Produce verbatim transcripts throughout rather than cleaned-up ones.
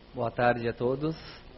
Boa tarde a todos.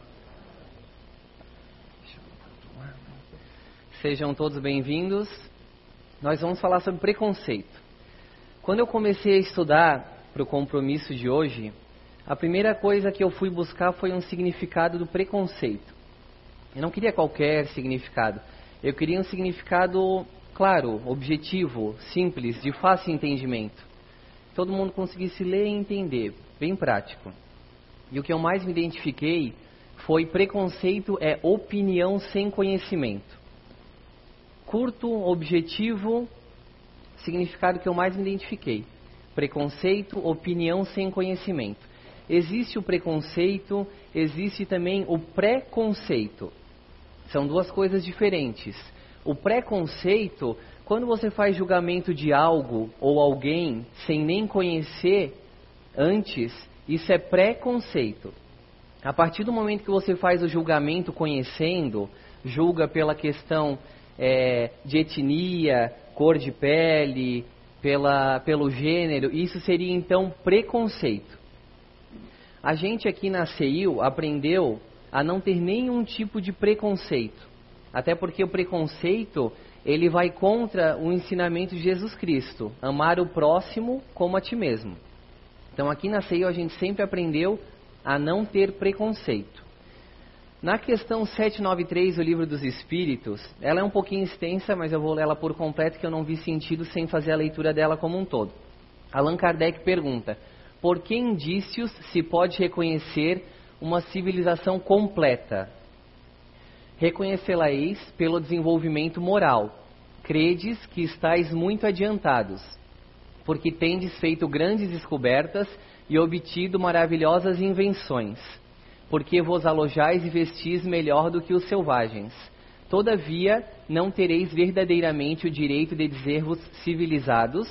Sejam todos bem-vindos. Nós vamos falar sobre preconceito. Quando eu comecei a estudar para o compromisso de hoje, a primeira coisa que eu fui buscar foi um significado do preconceito. Eu não queria qualquer significado. Eu queria um significado claro, objetivo, simples, de fácil entendimento. Todo mundo conseguisse ler e entender, bem prático. E o que eu mais me identifiquei foi: preconceito é opinião sem conhecimento. Curto, objetivo, significado que eu mais me identifiquei. Preconceito, opinião sem conhecimento. Existe o preconceito, existe também o preconceito. São duas coisas diferentes. O preconceito, quando você faz julgamento de algo ou alguém sem nem conhecer antes, isso é preconceito. A partir do momento que você faz o julgamento conhecendo, julga pela questão é, de etnia, cor de pele, pela, pelo gênero, isso seria então preconceito. A gente aqui na C I U aprendeu a não ter nenhum tipo de preconceito. Até porque o preconceito, ele vai contra o ensinamento de Jesus Cristo. Amar o próximo como a ti mesmo. Então aqui na C I U a gente sempre aprendeu a não ter preconceito. Na questão setecentos e noventa e três do Livro dos Espíritos, ela é um pouquinho extensa, mas eu vou ler ela por completo, que eu não vi sentido sem fazer a leitura dela como um todo. Allan Kardec pergunta: por que indícios se pode reconhecer uma civilização completa? Reconhecê-la-eis pelo desenvolvimento moral. Credes que estáis muito adiantados, porque tendes feito grandes descobertas e obtido maravilhosas invenções, porque vos alojais e vestis melhor do que os selvagens. Todavia, não tereis verdadeiramente o direito de dizer-vos civilizados,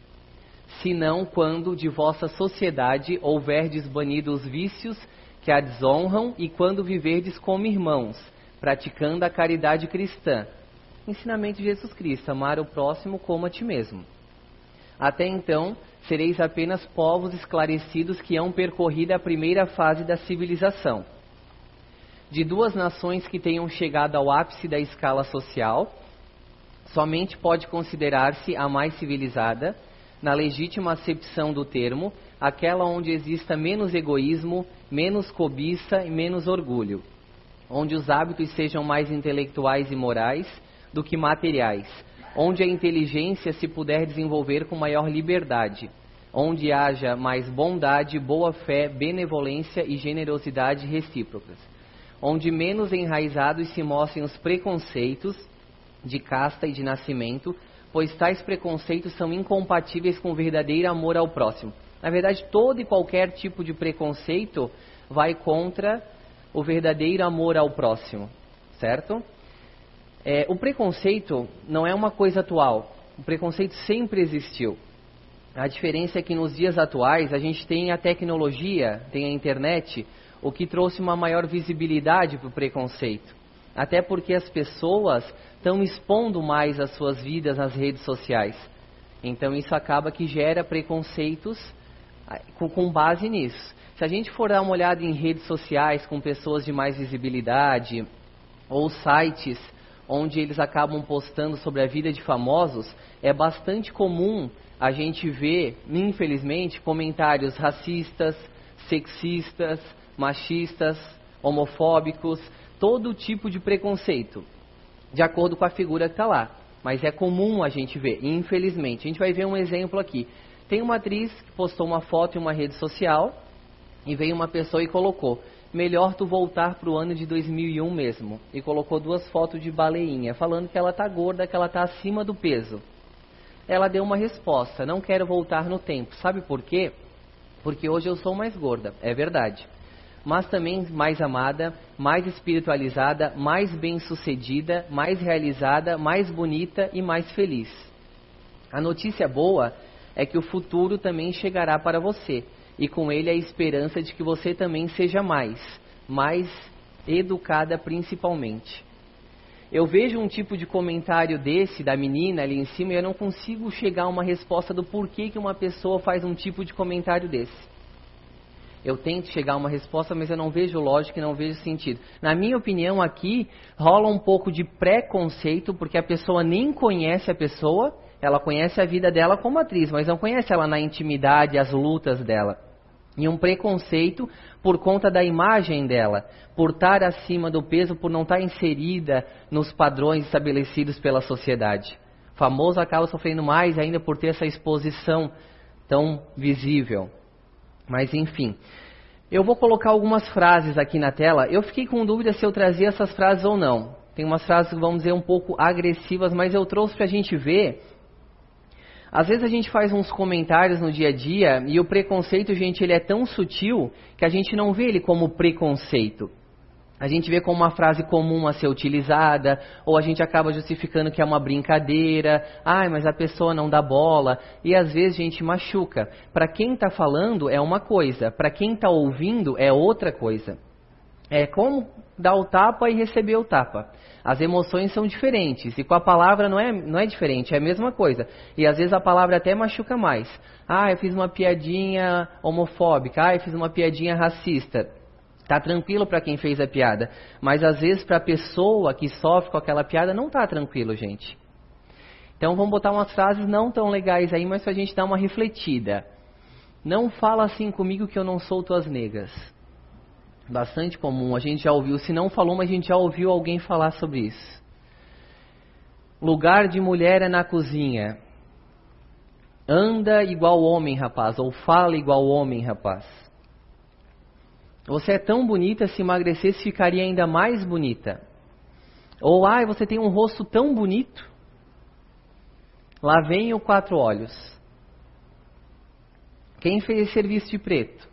senão quando de vossa sociedade houverdes banido os vícios que a desonram e quando viverdes como irmãos, praticando a caridade cristã. Ensinamento de Jesus Cristo: amar o próximo como a ti mesmo. Até então, sereis apenas povos esclarecidos que hão percorrido a primeira fase da civilização. De duas nações que tenham chegado ao ápice da escala social, somente pode considerar-se a mais civilizada, na legítima acepção do termo, aquela onde exista menos egoísmo, menos cobiça e menos orgulho, onde os hábitos sejam mais intelectuais e morais do que materiais, onde a inteligência se puder desenvolver com maior liberdade, onde haja mais bondade, boa-fé, benevolência e generosidade recíprocas, onde menos enraizados se mostrem os preconceitos de casta e de nascimento, pois tais preconceitos são incompatíveis com o verdadeiro amor ao próximo. Na verdade, todo e qualquer tipo de preconceito vai contra o verdadeiro amor ao próximo, certo? É, o preconceito não é uma coisa atual. O preconceito sempre existiu. A diferença é que nos dias atuais a gente tem a tecnologia, tem a internet, o que trouxe uma maior visibilidade para o preconceito. Até porque as pessoas estão expondo mais as suas vidas nas redes sociais. Então isso acaba que gera preconceitos com, com base nisso. Se a gente for dar uma olhada em redes sociais com pessoas de mais visibilidade, ou sites onde eles acabam postando sobre a vida de famosos, é bastante comum a gente ver, infelizmente, comentários racistas, sexistas, machistas, homofóbicos, todo tipo de preconceito, de acordo com a figura que está lá. Mas é comum a gente ver, infelizmente. A gente vai ver um exemplo aqui. Tem uma atriz que postou uma foto em uma rede social e veio uma pessoa e colocou: melhor tu voltar para o ano de dois mil e um mesmo. E colocou duas fotos de baleinha, falando que ela está gorda, que ela está acima do peso. Ela deu uma resposta: não quero voltar no tempo. Sabe por quê? Porque hoje eu sou mais gorda, é verdade. Mas também mais amada, mais espiritualizada, mais bem-sucedida, mais realizada, mais bonita e mais feliz. A notícia boa é que o futuro também chegará para você. E com ele a esperança de que você também seja mais, mais educada principalmente. Eu vejo um tipo de comentário desse, da menina ali em cima, e eu não consigo chegar a uma resposta do porquê que uma pessoa faz um tipo de comentário desse. Eu tento chegar a uma resposta, mas eu não vejo lógica e não vejo sentido. Na minha opinião, aqui rola um pouco de preconceito, porque a pessoa nem conhece a pessoa, ela conhece a vida dela como atriz, mas não conhece ela na intimidade, as lutas dela. E um preconceito por conta da imagem dela, por estar acima do peso, por não estar inserida nos padrões estabelecidos pela sociedade. O famoso acaba sofrendo mais ainda por ter essa exposição tão visível. Mas enfim, eu vou colocar algumas frases aqui na tela. Eu fiquei com dúvida se eu trazia essas frases ou não. Tem umas frases, vamos dizer, um pouco agressivas, mas eu trouxe para a gente ver. Às vezes a gente faz uns comentários no dia a dia e o preconceito, gente, ele é tão sutil que a gente não vê ele como preconceito. A gente vê como uma frase comum a ser utilizada, ou a gente acaba justificando que é uma brincadeira, ai, mas a pessoa não dá bola, e às vezes a gente machuca. Para quem está falando é uma coisa, para quem está ouvindo é outra coisa. É como dar o tapa e receber o tapa. As emoções são diferentes, e com a palavra não é, não é diferente, é a mesma coisa. E às vezes a palavra até machuca mais. Ah, eu fiz uma piadinha homofóbica, ah, eu fiz uma piadinha racista. Tá tranquilo para quem fez a piada, mas às vezes para a pessoa que sofre com aquela piada não tá tranquilo, gente. Então vamos botar umas frases não tão legais aí, mas pra gente dar uma refletida. Não fala assim comigo que eu não sou tuas negas. Bastante comum, a gente já ouviu, se não falou, mas a gente já ouviu alguém falar sobre isso. Lugar de mulher é na cozinha. Anda igual homem, rapaz, ou fala igual homem, rapaz. Você é tão bonita, se emagrecesse ficaria ainda mais bonita. Ou, ai, você tem um rosto tão bonito. Lá vem o quatro olhos. Quem fez esse serviço de preto?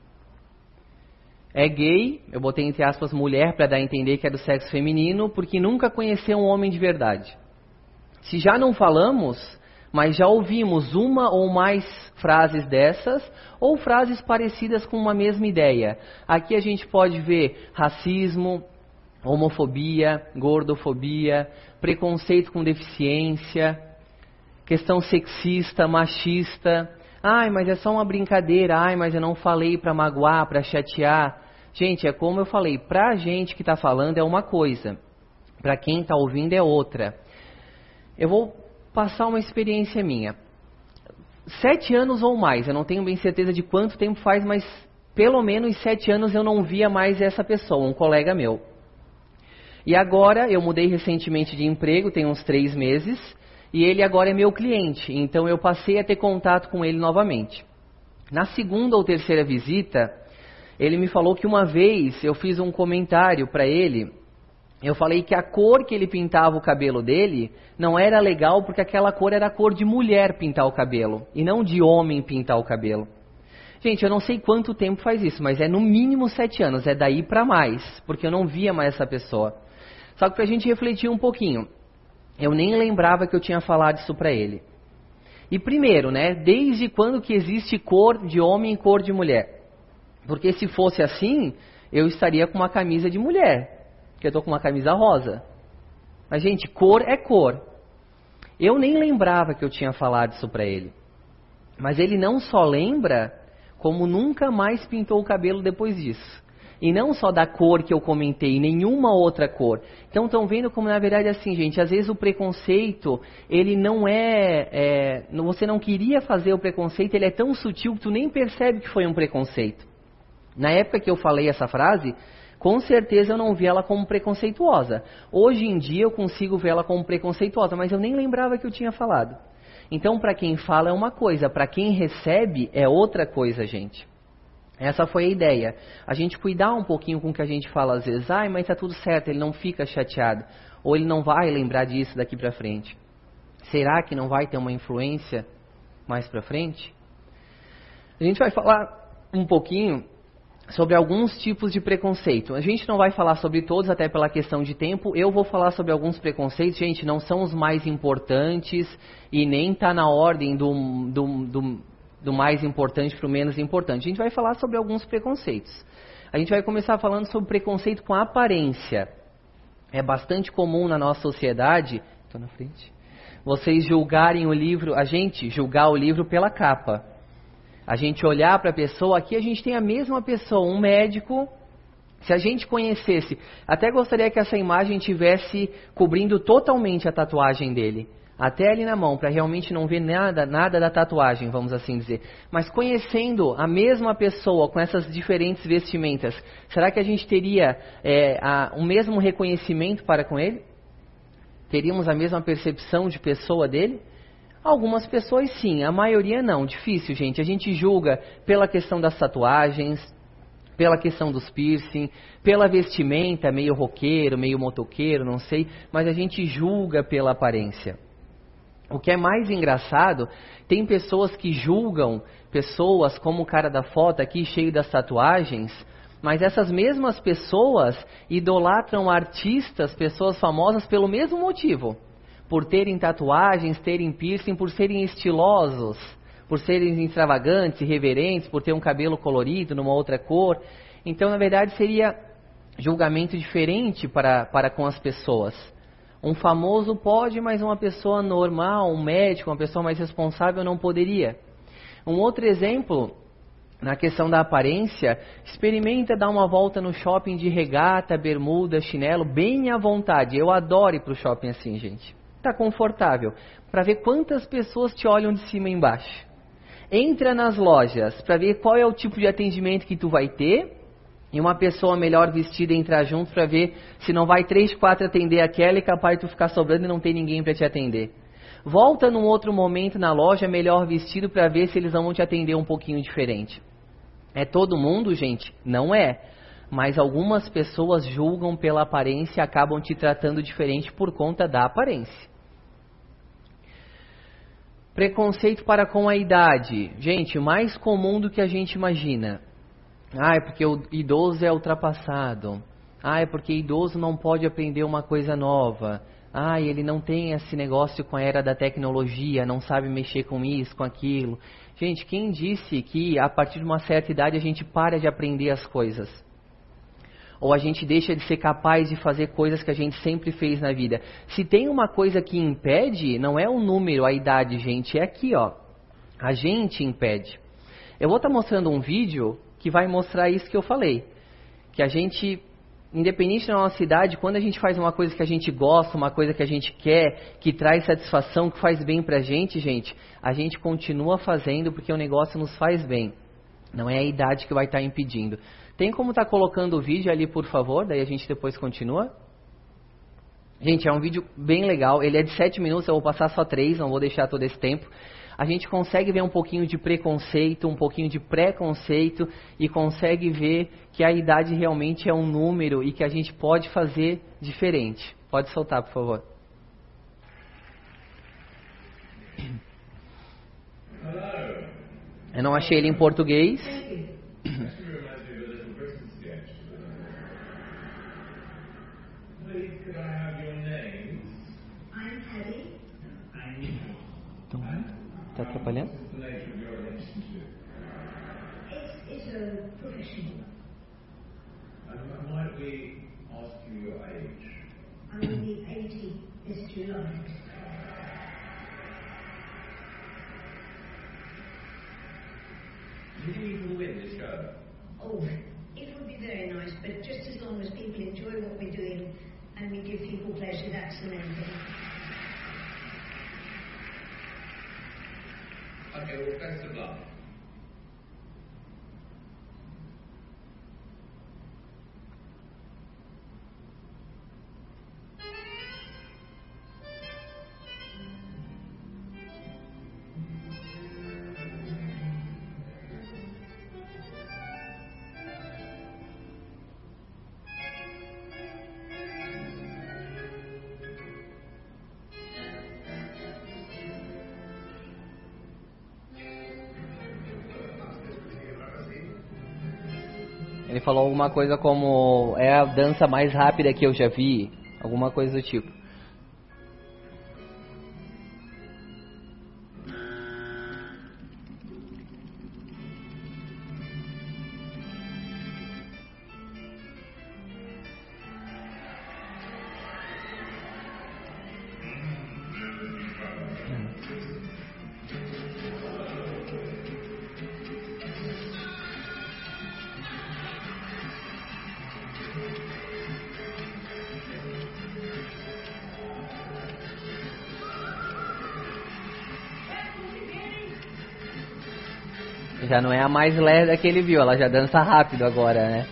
É gay, eu botei entre aspas mulher para dar a entender que é do sexo feminino, porque nunca conheceu um homem de verdade. Se já não falamos, mas já ouvimos uma ou mais frases dessas, ou frases parecidas com uma mesma ideia. Aqui a gente pode ver racismo, homofobia, gordofobia, preconceito com deficiência, questão sexista, machista. Ai, mas é só uma brincadeira. Ai, mas eu não falei para magoar, para chatear. Gente, é como eu falei, para a gente que está falando é uma coisa, para quem está ouvindo é outra. Eu vou passar uma experiência minha. Sete anos ou mais, eu não tenho bem certeza de quanto tempo faz, mas pelo menos sete anos eu não via mais essa pessoa, um colega meu. E agora, eu mudei recentemente de emprego, tem uns três meses, e ele agora é meu cliente, então eu passei a ter contato com ele novamente. Na segunda ou terceira visita, ele me falou que uma vez eu fiz um comentário para ele. Eu falei que a cor que ele pintava o cabelo dele não era legal porque aquela cor era a cor de mulher pintar o cabelo e não de homem pintar o cabelo. Gente, eu não sei quanto tempo faz isso, mas é no mínimo sete anos, é daí para mais, porque eu não via mais essa pessoa. Só que pra gente refletir um pouquinho, eu nem lembrava que eu tinha falado isso pra ele. E primeiro, né, desde quando que existe cor de homem e cor de mulher? Porque se fosse assim, eu estaria com uma camisa de mulher. Porque eu estou com uma camisa rosa. Mas, gente, cor é cor. Eu nem lembrava que eu tinha falado isso para ele. Mas ele não só lembra, como nunca mais pintou o cabelo depois disso. E não só da cor que eu comentei, nenhuma outra cor. Então, estão vendo como, na verdade, assim, gente, às vezes o preconceito, ele não é, é... Você não queria fazer o preconceito, ele é tão sutil que tu nem percebe que foi um preconceito. Na época que eu falei essa frase, com certeza eu não vi ela como preconceituosa. Hoje em dia eu consigo ver ela como preconceituosa, mas eu nem lembrava que eu tinha falado. Então, para quem fala é uma coisa, para quem recebe é outra coisa, gente. Essa foi a ideia. A gente cuidar um pouquinho com o que a gente fala às vezes. Ai, mas tá tudo certo, ele não fica chateado. Ou ele não vai lembrar disso daqui para frente. Será que não vai ter uma influência mais para frente? A gente vai falar um pouquinho sobre alguns tipos de preconceito. A gente não vai falar sobre todos, até pela questão de tempo. Eu vou falar sobre alguns preconceitos. Gente, não são os mais importantes e nem está na ordem do, do, do, do mais importante para o menos importante. A gente vai falar sobre alguns preconceitos. A gente vai começar falando sobre preconceito com aparência. É bastante comum na nossa sociedade, estou na frente, vocês julgarem o livro, a gente julgar o livro pela capa. A gente olhar para a pessoa, aqui a gente tem a mesma pessoa, um médico. Se a gente conhecesse, até gostaria que essa imagem tivesse cobrindo totalmente a tatuagem dele. Até ali na mão, para realmente não ver nada, nada da tatuagem, vamos assim dizer. Mas conhecendo a mesma pessoa com essas diferentes vestimentas, será que a gente teria é, a, o mesmo reconhecimento para com ele? Teríamos a mesma percepção de pessoa dele? Algumas pessoas sim, a maioria não. Difícil, gente. A gente julga pela questão das tatuagens, pela questão dos piercing, pela vestimenta, meio roqueiro, meio motoqueiro, não sei, mas a gente julga pela aparência. O que é mais engraçado, tem pessoas que julgam pessoas como o cara da foto aqui, cheio das tatuagens, mas essas mesmas pessoas idolatram artistas, pessoas famosas pelo mesmo motivo. Por terem tatuagens, terem piercing, por serem estilosos, por serem extravagantes, irreverentes, por ter um cabelo colorido numa outra cor. Então, na verdade, seria julgamento diferente para, para com as pessoas. Um famoso pode, mas uma pessoa normal, um médico, uma pessoa mais responsável não poderia. Um outro exemplo, na questão da aparência, experimenta dar uma volta no shopping de regata, bermuda, chinelo, bem à vontade. Eu adoro ir para o shopping assim, gente. Está confortável. Para ver quantas pessoas te olham de cima e embaixo. Entra nas lojas para ver qual é o tipo de atendimento que tu vai ter. E uma pessoa melhor vestida entrar junto para ver se não vai três, quatro atender aquela e capaz de tu ficar sobrando e não tem ninguém para te atender. Volta num outro momento na loja melhor vestido para ver se eles vão te atender um pouquinho diferente. É todo mundo, gente? Não é. Mas algumas pessoas julgam pela aparência e acabam te tratando diferente por conta da aparência. Preconceito para com a idade. Gente, mais comum do que a gente imagina. Ah, é porque o idoso é ultrapassado. Ah, é porque idoso não pode aprender uma coisa nova. Ah, ele não tem esse negócio com a era da tecnologia, não sabe mexer com isso, com aquilo. Gente, quem disse que a partir de uma certa idade a gente para de aprender as coisas? Ou a gente deixa de ser capaz de fazer coisas que a gente sempre fez na vida? Se tem uma coisa que impede, não é o número, a idade, gente, é aqui, ó. A gente impede. Eu vou estar mostrando um vídeo que vai mostrar isso que eu falei. Que a gente, independente da nossa idade, quando a gente faz uma coisa que a gente gosta, uma coisa que a gente quer, que traz satisfação, que faz bem pra gente, gente, a gente continua fazendo porque o negócio nos faz bem. Não é a idade que vai estar impedindo. Tem como estar colocando o vídeo ali, por favor? Daí a gente depois continua. Gente, é um vídeo bem legal. Ele é de sete minutos, eu vou passar só três, não vou deixar todo esse tempo. A gente consegue ver um pouquinho de preconceito, um pouquinho de preconceito e consegue ver que a idade realmente é um número e que a gente pode fazer diferente. Pode soltar, por favor. Eu não achei ele em português. Está atrapalhando? It's a professional. And might we ask you your age? I will be eighty this July. Do you think you can win this show? Oh, it would be very nice, but just as long as people enjoy what we're doing and we give people pleasure, that's the main thing. Okay, well, best of luck. Ele falou alguma coisa como, é a dança mais rápida que eu já vi, alguma coisa do tipo. Já não é a mais lerda que ele viu, ela já dança rápido agora, né?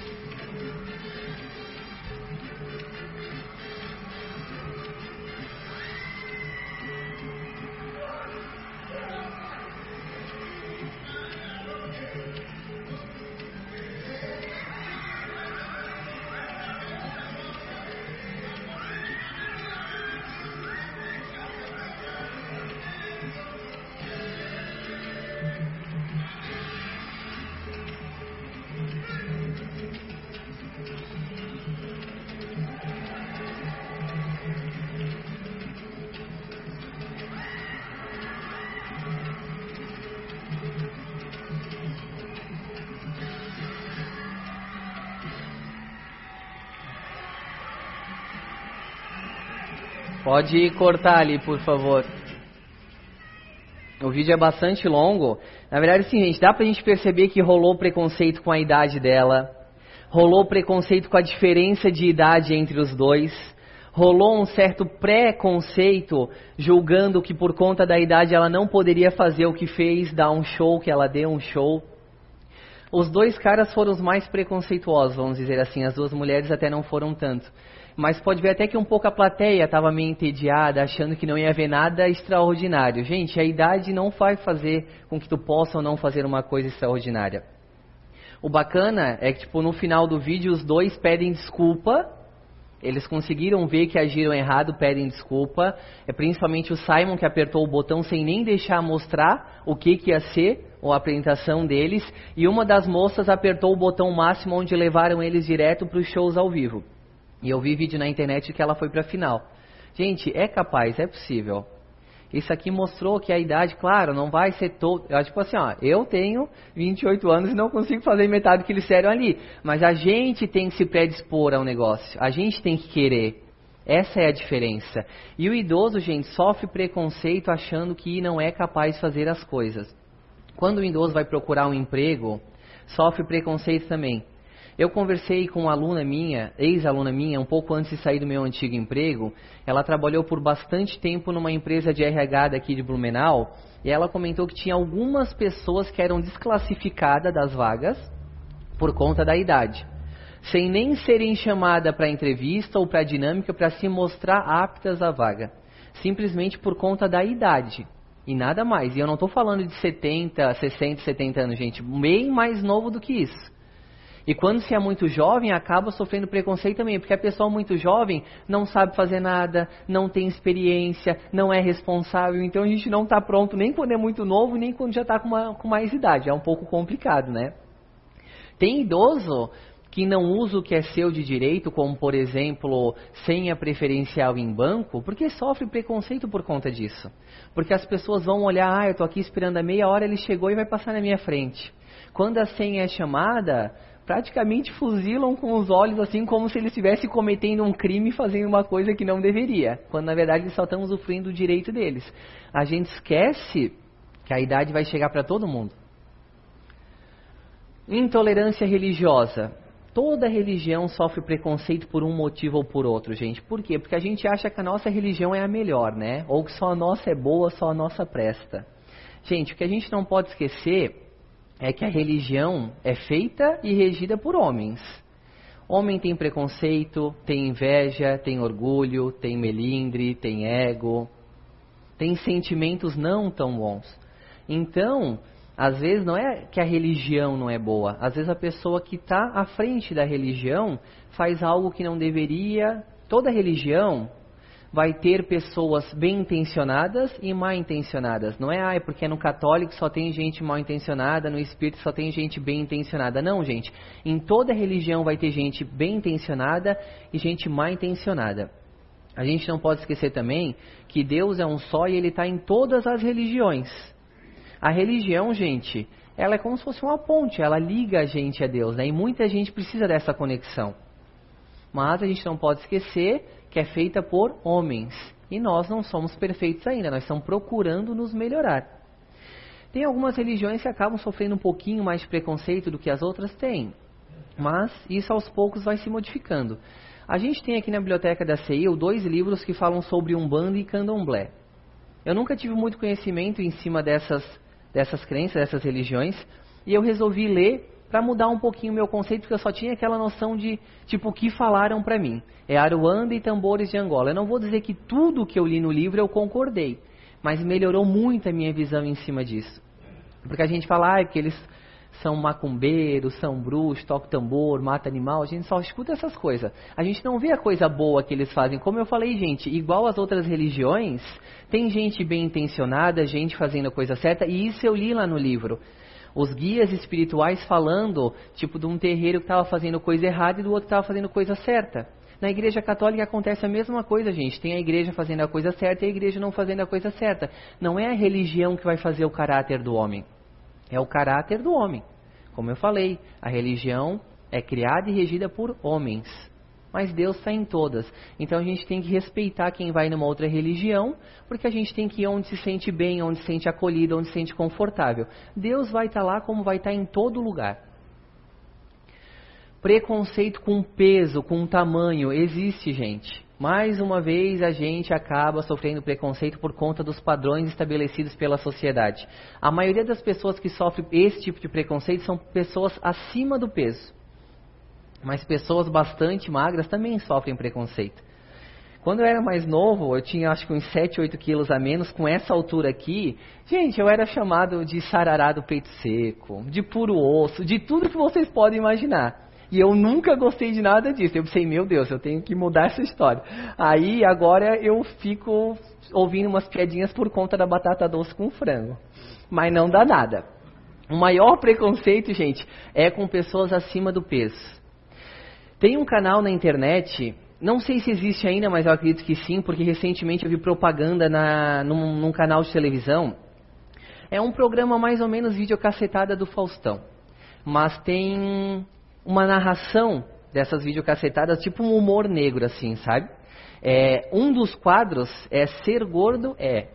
Pode cortar ali, por favor. O vídeo é bastante longo. Na verdade, sim, gente, dá pra gente perceber que rolou preconceito com a idade dela. Rolou preconceito com a diferença de idade entre os dois. Rolou um certo preconceito, julgando que por conta da idade ela não poderia fazer o que fez, dar um show, que ela deu um show. Os dois caras foram os mais preconceituosos, vamos dizer assim. As duas mulheres até não foram tanto. Mas pode ver até que um pouco a plateia estava meio entediada, achando que não ia haver nada extraordinário. Gente, a idade não vai fazer com que tu possa ou não fazer uma coisa extraordinária. O bacana é que, tipo, no final do vídeo os dois pedem desculpa. Eles conseguiram ver que agiram errado, pedem desculpa. É principalmente o Simon que apertou o botão sem nem deixar mostrar o que, que ia ser a apresentação deles. E uma das moças apertou o botão máximo onde levaram eles direto para os shows ao vivo. E eu vi vídeo na internet que ela foi para a final. Gente, é capaz, é possível. Isso aqui mostrou que a idade, claro, não vai ser todo... Tipo assim, ó, eu tenho vinte e oito anos e não consigo fazer metade do que eles fizeram ali. Mas a gente tem que se predispor ao negócio. A gente tem que querer. Essa é a diferença. E o idoso, gente, sofre preconceito achando que não é capaz de fazer as coisas. Quando o idoso vai procurar um emprego, sofre preconceito também. Eu conversei com uma aluna minha, ex-aluna minha, um pouco antes de sair do meu antigo emprego. Ela trabalhou por bastante tempo numa empresa de R H daqui de Blumenau. E ela comentou que tinha algumas pessoas que eram desclassificadas das vagas por conta da idade. Sem nem serem chamadas para entrevista ou para dinâmica para se mostrar aptas à vaga. Simplesmente por conta da idade. E nada mais. E eu não estou falando de setenta, sessenta, setenta anos, gente. Bem mais novo do que isso. E quando se é muito jovem, acaba sofrendo preconceito também, porque a pessoa muito jovem não sabe fazer nada, não tem experiência, não é responsável, então a gente não está pronto nem quando é muito novo, nem quando já está com, com mais idade, é um pouco complicado, né? Tem idoso que não usa o que é seu de direito, como por exemplo, senha preferencial em banco, porque sofre preconceito por conta disso. Porque as pessoas vão olhar, ah, eu estou aqui esperando a meia hora, ele chegou e vai passar na minha frente. Quando a senha é chamada... praticamente fuzilam com os olhos, assim como se eles estivessem cometendo um crime e fazendo uma coisa que não deveria, quando na verdade eles só estão usufruindo do direito deles. A gente esquece que a idade vai chegar para todo mundo. Intolerância religiosa. Toda religião sofre preconceito por um motivo ou por outro, gente. Por quê? Porque a gente acha que a nossa religião é a melhor, né? Ou que só a nossa é boa, só a nossa presta. Gente, o que a gente não pode esquecer é que a religião é feita e regida por homens. Homem tem preconceito, tem inveja, tem orgulho, tem melindre, tem ego, tem sentimentos não tão bons. Então, às vezes não é que a religião não é boa, às vezes a pessoa que está à frente da religião faz algo que não deveria. Toda religião vai ter pessoas bem intencionadas e mal intencionadas. Não é, ah, é porque no católico só tem gente mal intencionada, no espírito só tem gente bem intencionada. Não, gente. Em toda religião vai ter gente bem intencionada e gente mal intencionada. A gente não pode esquecer também que Deus é um só e Ele está em todas as religiões. A religião, gente, ela é como se fosse uma ponte, ela liga a gente a Deus, né? E muita gente precisa dessa conexão. Mas a gente não pode esquecer que é feita por homens. E nós não somos perfeitos ainda, nós estamos procurando nos melhorar. Tem algumas religiões que acabam sofrendo um pouquinho mais de preconceito do que as outras têm. Mas isso aos poucos vai se modificando. A gente tem aqui na biblioteca da C I U dois livros que falam sobre Umbanda e Candomblé. Eu nunca tive muito conhecimento em cima dessas, dessas crenças, dessas religiões, e eu resolvi ler para mudar um pouquinho o meu conceito, porque eu só tinha aquela noção de, tipo, o que falaram para mim. É Aruanda e tambores de Angola. Eu não vou dizer que tudo que eu li no livro eu concordei, mas melhorou muito a minha visão em cima disso. Porque a gente fala, ah, que eles são macumbeiros, são bruxos, tocam tambor, mata animal, a gente só escuta essas coisas. A gente não vê a coisa boa que eles fazem. Como eu falei, gente, igual as outras religiões, tem gente bem intencionada, gente fazendo a coisa certa, e isso eu li lá no livro. Os guias espirituais falando, tipo, de um terreiro que estava fazendo coisa errada e do outro que estava fazendo coisa certa. Na Igreja Católica acontece a mesma coisa, gente. Tem a igreja fazendo a coisa certa e a igreja não fazendo a coisa certa. Não é a religião que vai fazer o caráter do homem. É o caráter do homem. Como eu falei, a religião é criada e regida por homens. Mas Deus está em todas. Então a gente tem que respeitar quem vai numa outra religião, porque a gente tem que ir onde se sente bem, onde se sente acolhido, onde se sente confortável. Deus vai estar lá como vai estar em todo lugar. Preconceito com peso, com tamanho, existe, gente. Mais uma vez a gente acaba sofrendo preconceito por conta dos padrões estabelecidos pela sociedade. A maioria das pessoas que sofrem esse tipo de preconceito são pessoas acima do peso. Mas pessoas bastante magras também sofrem preconceito. Quando eu era mais novo, eu tinha acho que uns sete, oito quilos a menos, com essa altura aqui, gente, eu era chamado de sarará do peito seco, de puro osso, de tudo que vocês podem imaginar. E eu nunca gostei de nada disso. Eu pensei, meu Deus, eu tenho que mudar essa história. Aí agora eu fico ouvindo umas piadinhas por conta da batata doce com frango. Mas não dá nada. O maior preconceito, gente, é com pessoas acima do peso. Tem um canal na internet, não sei se existe ainda, mas eu acredito que sim, porque recentemente eu vi propaganda na, num, num canal de televisão. É um programa mais ou menos videocassetada do Faustão. Mas tem uma narração dessas videocassetadas, tipo um humor negro, assim, sabe? É, um dos quadros é ser gordo é.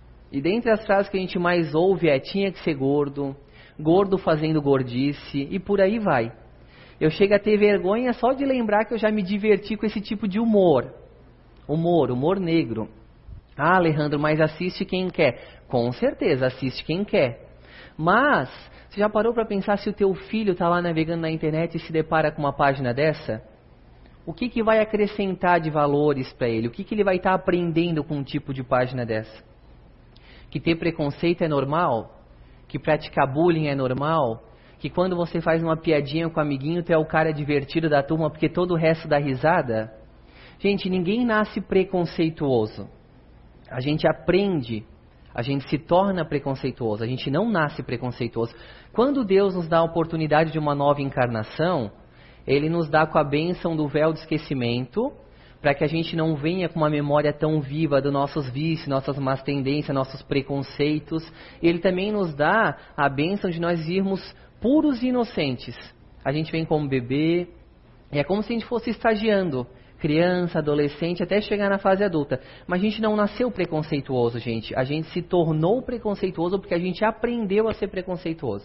E dentre as frases que a gente mais ouve é tinha que ser gordo, gordo fazendo gordice e por aí vai. Eu chego a ter vergonha só de lembrar que eu já me diverti com esse tipo de humor. Humor, humor negro. Ah, Alejandro, mas assiste quem quer. Com certeza, assiste quem quer. Mas, você já parou para pensar se o teu filho está lá navegando na internet e se depara com uma página dessa? O que, que vai acrescentar de valores para ele? O que, que ele vai estar tá aprendendo com um tipo de página dessa? Que ter preconceito é normal? Que praticar bullying é normal? Que quando você faz uma piadinha com o amiguinho, tu é o cara divertido da turma porque todo o resto dá risada? Gente, ninguém nasce preconceituoso. A gente aprende, a gente se torna preconceituoso, a gente não nasce preconceituoso. Quando Deus nos dá a oportunidade de uma nova encarnação, Ele nos dá com a bênção do véu de esquecimento, para que a gente não venha com uma memória tão viva dos nossos vícios, nossas más tendências, nossos preconceitos. Ele também nos dá a bênção de nós irmos puros e inocentes. A gente vem como bebê, e é como se a gente fosse estagiando, criança, adolescente, até chegar na fase adulta. Mas a gente não nasceu preconceituoso, gente. A gente se tornou preconceituoso porque a gente aprendeu a ser preconceituoso.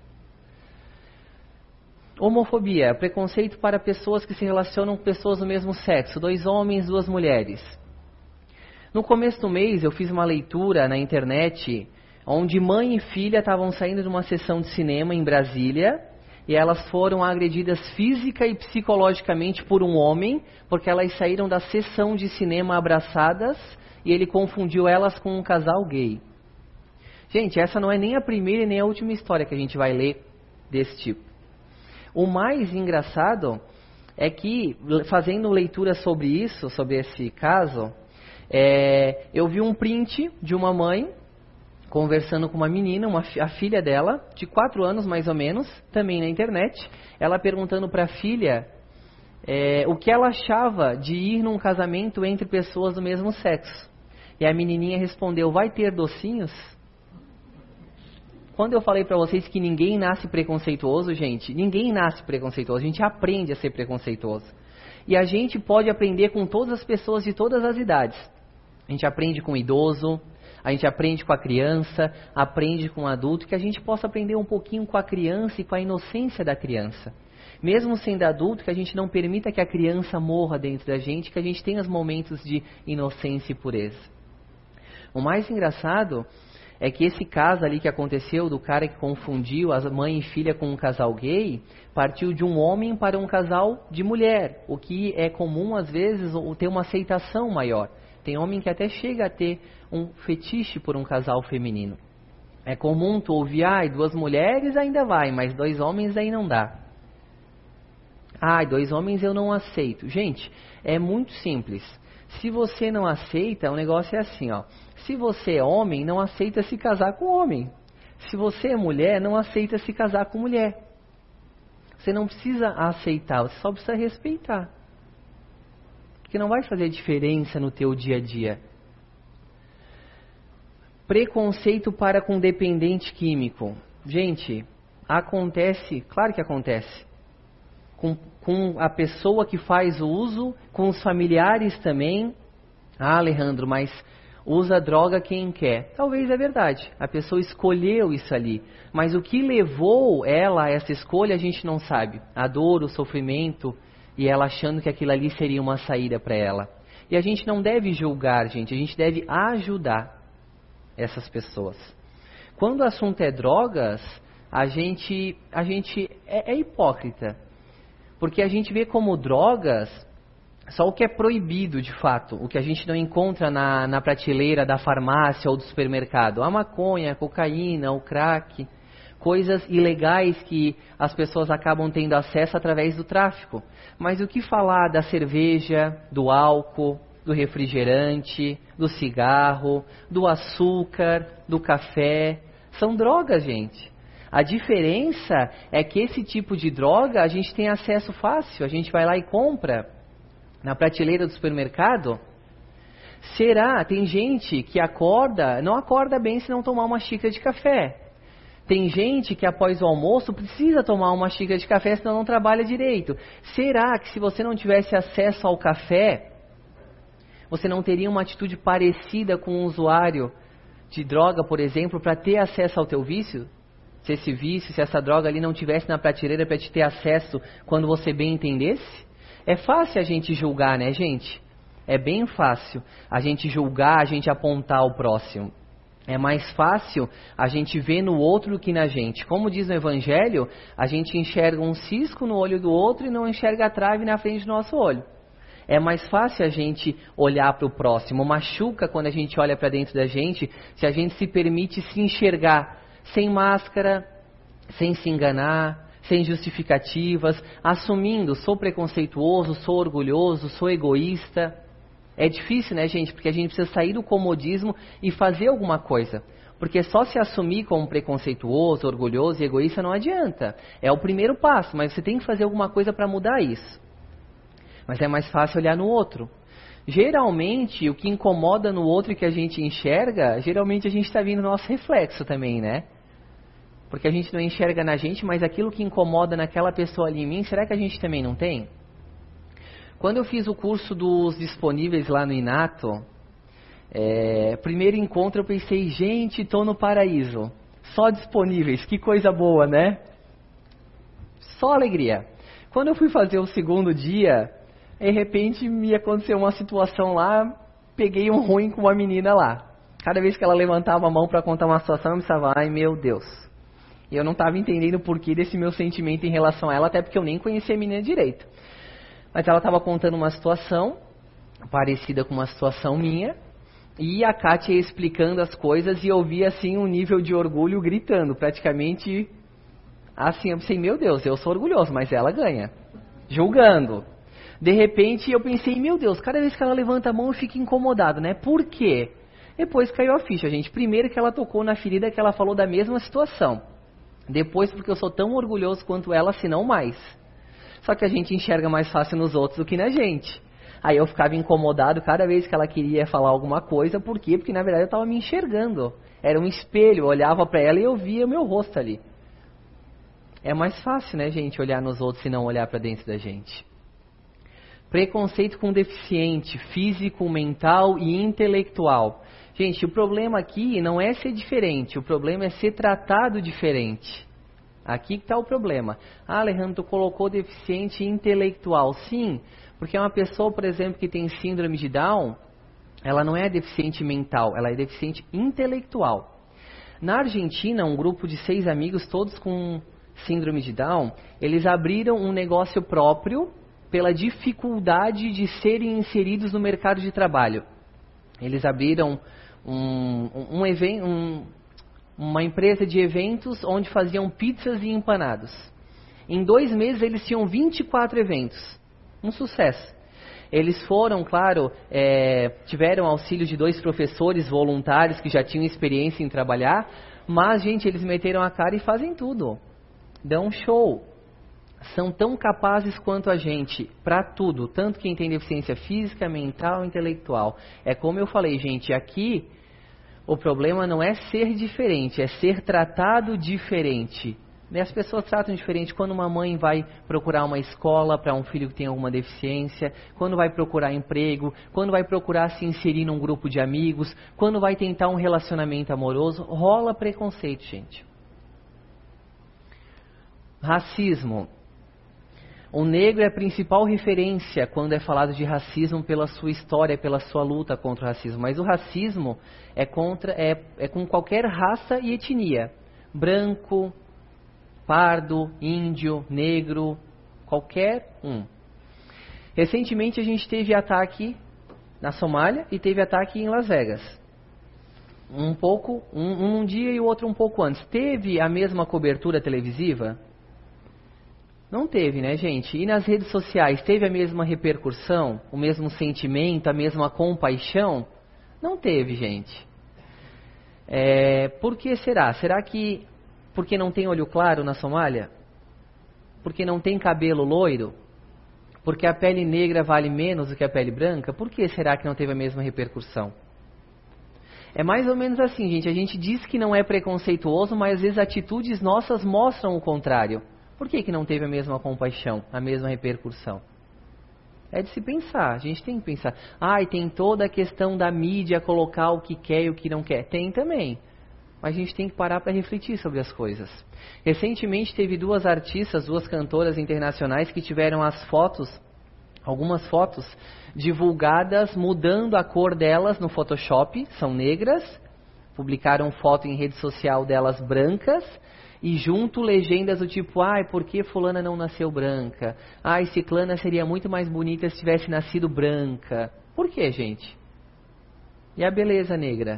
Homofobia, preconceito para pessoas que se relacionam com pessoas do mesmo sexo, dois homens, duas mulheres. No começo do mês eu fiz uma leitura na internet onde mãe e filha estavam saindo de uma sessão de cinema em Brasília e elas foram agredidas física e psicologicamente por um homem porque elas saíram da sessão de cinema abraçadas e ele confundiu elas com um casal gay. Gente, essa não é nem a primeira e nem a última história que a gente vai ler desse tipo. O mais engraçado é que, fazendo leitura sobre isso, sobre esse caso, é, eu vi um print de uma mãe conversando com uma menina, uma, a filha dela, de quatro anos mais ou menos, também na internet, ela perguntando para a filha é, o que ela achava de ir num casamento entre pessoas do mesmo sexo. E a menininha respondeu, vai ter docinhos? Quando eu falei para vocês que ninguém nasce preconceituoso, gente, ninguém nasce preconceituoso, a gente aprende a ser preconceituoso. E a gente pode aprender com todas as pessoas de todas as idades. A gente aprende com o idoso, a gente aprende com a criança, aprende com o adulto, que a gente possa aprender um pouquinho com a criança e com a inocência da criança. Mesmo sendo adulto, que a gente não permita que a criança morra dentro da gente, que a gente tenha os momentos de inocência e pureza. O mais engraçado é que esse caso ali que aconteceu, do cara que confundiu a mãe e filha com um casal gay, partiu de um homem para um casal de mulher, o que é comum às vezes ter uma aceitação maior. Tem homem que até chega a ter um fetiche por um casal feminino. É comum tu ouvir, ai, duas mulheres ainda vai, mas dois homens aí não dá. Ai, dois homens eu não aceito. Gente, é muito simples. Se você não aceita, o negócio é assim, ó. Se você é homem, não aceita se casar com homem. Se você é mulher, não aceita se casar com mulher. Você não precisa aceitar, você só precisa respeitar. Porque não vai fazer diferença no teu dia a dia. Preconceito para com dependente químico. Gente, acontece, claro que acontece. Com, com a pessoa que faz o uso, com os familiares também. Ah, Alejandro, mas usa droga quem quer. Talvez é verdade, a pessoa escolheu isso ali. Mas o que levou ela a essa escolha a gente não sabe. A dor, o sofrimento e ela achando que aquilo ali seria uma saída para ela. E a gente não deve julgar, gente, a gente deve ajudar essas pessoas. Quando o assunto é drogas, a gente, a gente é, é hipócrita. Porque a gente vê como drogas só o que é proibido de fato, o que a gente não encontra na, na prateleira da farmácia ou do supermercado. A maconha, a cocaína, o crack, coisas ilegais que as pessoas acabam tendo acesso através do tráfico. Mas o que falar da cerveja, do álcool, do refrigerante, do cigarro, do açúcar, do café? São drogas, gente. A diferença é que esse tipo de droga a gente tem acesso fácil, a gente vai lá e compra na prateleira do supermercado. Será? Tem gente que acorda, não acorda bem se não tomar uma xícara de café. Tem gente que após o almoço precisa tomar uma xícara de café, senão não trabalha direito. Será que se você não tivesse acesso ao café, você não teria uma atitude parecida com um usuário de droga, por exemplo, para ter acesso ao teu vício? Se esse vício, se essa droga ali não tivesse na prateleira para te ter acesso quando você bem entendesse? É fácil a gente julgar, né, gente? É bem fácil a gente julgar, a gente apontar o próximo. É mais fácil a gente ver no outro do que na gente. Como diz no Evangelho, a gente enxerga um cisco no olho do outro e não enxerga a trave na frente do nosso olho. É mais fácil a gente olhar para o próximo. Machuca quando a gente olha para dentro da gente, se a gente se permite se enxergar sem máscara, sem se enganar, sem justificativas, assumindo, sou preconceituoso, sou orgulhoso, sou egoísta. É difícil, né, gente? Porque a gente precisa sair do comodismo e fazer alguma coisa. Porque só se assumir como preconceituoso, orgulhoso e egoísta não adianta. É o primeiro passo, mas você tem que fazer alguma coisa para mudar isso. Mas é mais fácil olhar no outro. Geralmente, o que incomoda no outro e que a gente enxerga, geralmente a gente está vendo nosso reflexo também, né? Porque a gente não enxerga na gente, mas aquilo que incomoda naquela pessoa ali em mim, será que a gente também não tem? Quando eu fiz o curso dos disponíveis lá no Inato, é, primeiro encontro eu pensei, gente, estou no paraíso. Só disponíveis, que coisa boa, né? Só alegria. Quando eu fui fazer o segundo dia, de repente me aconteceu uma situação lá, peguei um ruim com uma menina lá. Cada vez que ela levantava a mão para contar uma situação, eu pensava, ai meu Deus. E eu não estava entendendo o porquê desse meu sentimento em relação a ela, até porque eu nem conhecia a menina direito. Mas ela estava contando uma situação parecida com uma situação minha, e a Kátia ia explicando as coisas e eu via assim um nível de orgulho gritando, praticamente assim, eu pensei, meu Deus, eu sou orgulhoso, mas ela ganha, julgando. De repente eu pensei, meu Deus, cada vez que ela levanta a mão eu fico incomodado, né? Por quê? Depois caiu a ficha, gente. Primeiro que ela tocou na ferida que ela falou da mesma situação. Depois porque eu sou tão orgulhoso quanto ela, se não mais. Só que a gente enxerga mais fácil nos outros do que na gente. Aí eu ficava incomodado cada vez que ela queria falar alguma coisa. Por quê? Porque na verdade eu estava me enxergando. Era um espelho, eu olhava para ela e eu via o meu rosto ali. É mais fácil, né, gente, olhar nos outros e não olhar para dentro da gente. Preconceito com deficiente, físico, mental e intelectual. Gente, o problema aqui não é ser diferente, o problema é ser tratado diferente. Aqui que está o problema. Ah, Alejandro, tu colocou deficiente intelectual. Sim, porque uma pessoa, por exemplo, que tem síndrome de Down, ela não é deficiente mental, ela é deficiente intelectual. Na Argentina, um grupo de seis amigos, todos com síndrome de Down, eles abriram um negócio próprio pela dificuldade de serem inseridos no mercado de trabalho. Eles abriram um, um, um evento, um, uma empresa de eventos onde faziam pizzas e empanados. Em dois meses eles tinham vinte e quatro eventos. Um sucesso. Eles foram, claro, é, tiveram auxílio de dois professores voluntários que já tinham experiência em trabalhar, mas, gente, eles meteram a cara e fazem tudo. Dão um show. São tão capazes quanto a gente para tudo, tanto quem tem deficiência física, mental, intelectual. É como eu falei, gente, aqui o problema não é ser diferente, é ser tratado diferente. As pessoas tratam diferente quando uma mãe vai procurar uma escola para um filho que tem alguma deficiência, quando vai procurar emprego, quando vai procurar se inserir num grupo de amigos, quando vai tentar um relacionamento amoroso, rola preconceito, gente. Racismo. O negro é a principal referência quando é falado de racismo pela sua história, pela sua luta contra o racismo. Mas o racismo é, contra, é, é com qualquer raça e etnia. Branco, pardo, índio, negro, qualquer um. Recentemente a gente teve ataque na Somália e teve ataque em Las Vegas. Um pouco, um, um dia e o outro um pouco antes. Teve a mesma cobertura televisiva? Não teve, né, gente? E nas redes sociais, teve a mesma repercussão, o mesmo sentimento, a mesma compaixão? Não teve, gente. É, por que será? Será que porque não tem olho claro na Somália? Porque não tem cabelo loiro? Porque a pele negra vale menos do que a pele branca? Por que será que não teve a mesma repercussão? É mais ou menos assim, gente. A gente diz que não é preconceituoso, mas às vezes atitudes nossas mostram o contrário. Por que que não teve a mesma compaixão, a mesma repercussão? É de se pensar, a gente tem que pensar. Ah, e tem toda a questão da mídia colocar o que quer e o que não quer. Tem também. Mas a gente tem que parar para refletir sobre as coisas. Recentemente teve duas artistas, duas cantoras internacionais que tiveram as fotos, algumas fotos, divulgadas mudando a cor delas no Photoshop, são negras, publicaram foto em rede social delas brancas, e junto legendas do tipo, ai, por que fulana não nasceu branca? Ai, ciclana seria muito mais bonita se tivesse nascido branca. Por que, gente? E a beleza negra?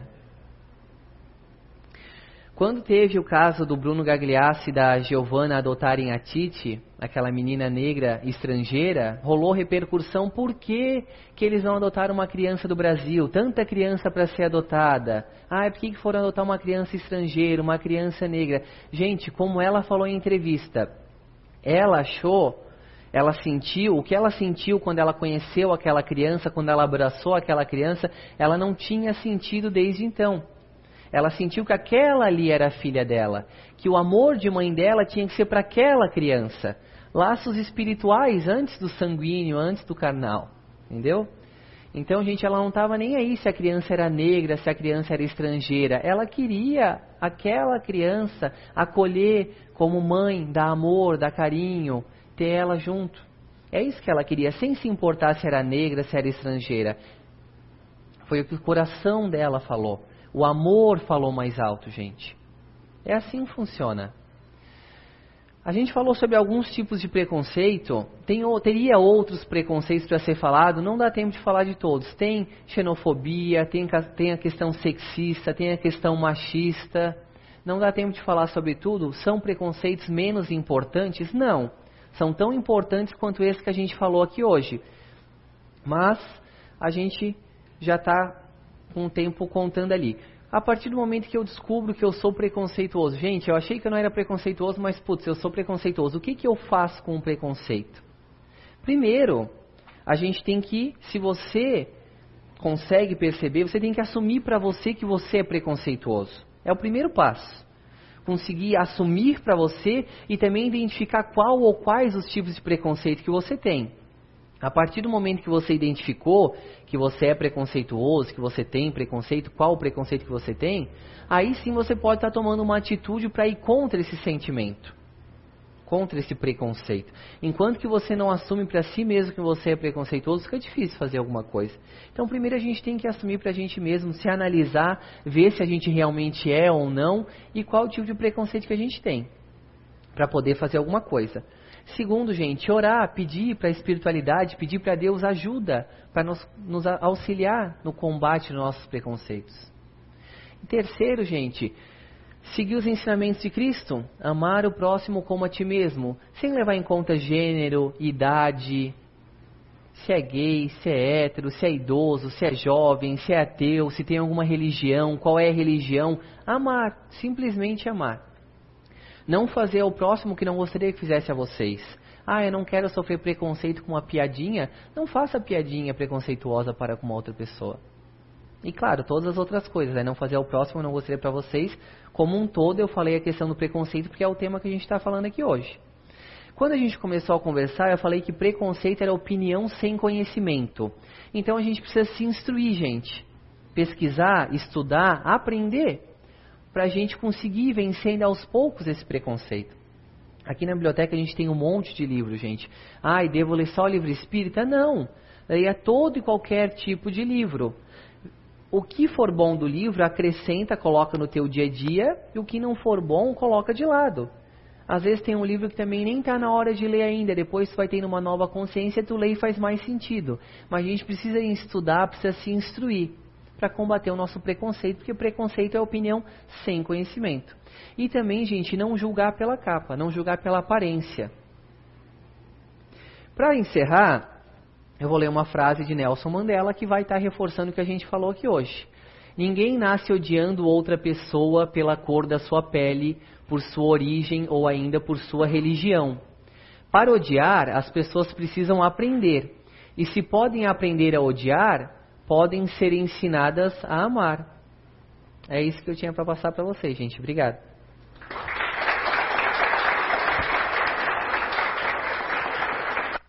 Quando teve o caso do Bruno Gagliassi e da Giovanna adotarem a Titi, aquela menina negra estrangeira, rolou repercussão por que, que eles não adotaram uma criança do Brasil, tanta criança para ser adotada. Ah, por que, que foram adotar uma criança estrangeira, uma criança negra? Gente, como ela falou em entrevista, ela achou, ela sentiu, o que ela sentiu quando ela conheceu aquela criança, quando ela abraçou aquela criança, ela não tinha sentido desde então. Ela sentiu que aquela ali era a filha dela, que o amor de mãe dela tinha que ser para aquela criança. Laços espirituais antes do sanguíneo, antes do carnal, entendeu? Então, gente, ela não estava nem aí se a criança era negra, se a criança era estrangeira. Ela queria aquela criança acolher como mãe, dar amor, dar carinho, ter ela junto. É isso que ela queria, sem se importar se era negra, se era estrangeira. Foi o que o coração dela falou. O amor falou mais alto, gente. É assim que funciona. A gente falou sobre alguns tipos de preconceito. Tem, teria outros preconceitos para ser falado, não dá tempo de falar de todos. Tem xenofobia, tem, tem a questão sexista, tem a questão machista. Não dá tempo de falar sobre tudo. São preconceitos menos importantes? Não. São tão importantes quanto esse que a gente falou aqui hoje. Mas a gente já está com o tempo contando ali. A partir do momento que eu descubro que eu sou preconceituoso, gente, eu achei que eu não era preconceituoso, mas putz, eu sou preconceituoso. O que que eu faço com o preconceito? Primeiro, a gente tem que, se você consegue perceber, você tem que assumir para você que você é preconceituoso. É o primeiro passo. Conseguir assumir para você e também identificar qual ou quais os tipos de preconceito que você tem. A partir do momento que você identificou que você é preconceituoso, que você tem preconceito, qual o preconceito que você tem, aí sim você pode estar tomando uma atitude para ir contra esse sentimento. contra esse preconceito. Enquanto que você não assume para si mesmo que você é preconceituoso, fica difícil fazer alguma coisa. Então, primeiro a gente tem que assumir para a gente mesmo, se analisar, ver se a gente realmente é ou não e qual o tipo de preconceito que a gente tem, para poder fazer alguma coisa. Segundo, gente, orar, pedir para a espiritualidade, pedir para Deus ajuda, para nos, nos auxiliar no combate dos nossos preconceitos. E terceiro, gente, seguir os ensinamentos de Cristo, amar o próximo como a ti mesmo, sem levar em conta gênero, idade, se é gay, se é hétero, se é idoso, se é jovem, se é ateu, se tem alguma religião, qual é a religião. Amar, simplesmente amar. Não fazer ao próximo o que não gostaria que fizesse a vocês. Ah, eu não quero sofrer preconceito com uma piadinha. Não faça piadinha preconceituosa para com uma outra pessoa. E claro, todas as outras coisas, né? Não fazer ao próximo, eu não gostaria para vocês. Como um todo, eu falei a questão do preconceito, porque é o tema que a gente está falando aqui hoje. Quando a gente começou a conversar, eu falei que preconceito era opinião sem conhecimento. Então a gente precisa se instruir, gente. Pesquisar, estudar, aprender, para a gente conseguir vencendo aos poucos esse preconceito. Aqui na biblioteca a gente tem um monte de livros, gente. Ah, e devo ler só o livro espírita? Não. Leia todo e qualquer tipo de livro. O que for bom do livro, acrescenta, coloca no teu dia a dia, e o que não for bom, coloca de lado. Às vezes tem um livro que também nem está na hora de ler ainda, depois tu vai tendo uma nova consciência, tu lê e faz mais sentido. Mas a gente precisa estudar, precisa se instruir, para combater o nosso preconceito, porque preconceito é opinião sem conhecimento. E também, gente, não julgar pela capa, não julgar pela aparência. Para encerrar, eu vou ler uma frase de Nelson Mandela que vai estar reforçando o que a gente falou aqui hoje. Ninguém nasce odiando outra pessoa pela cor da sua pele, por sua origem ou ainda por sua religião. Para odiar, as pessoas precisam aprender. E se podem aprender a odiar, podem ser ensinadas a amar. É isso que eu tinha para passar para vocês, gente. Obrigado.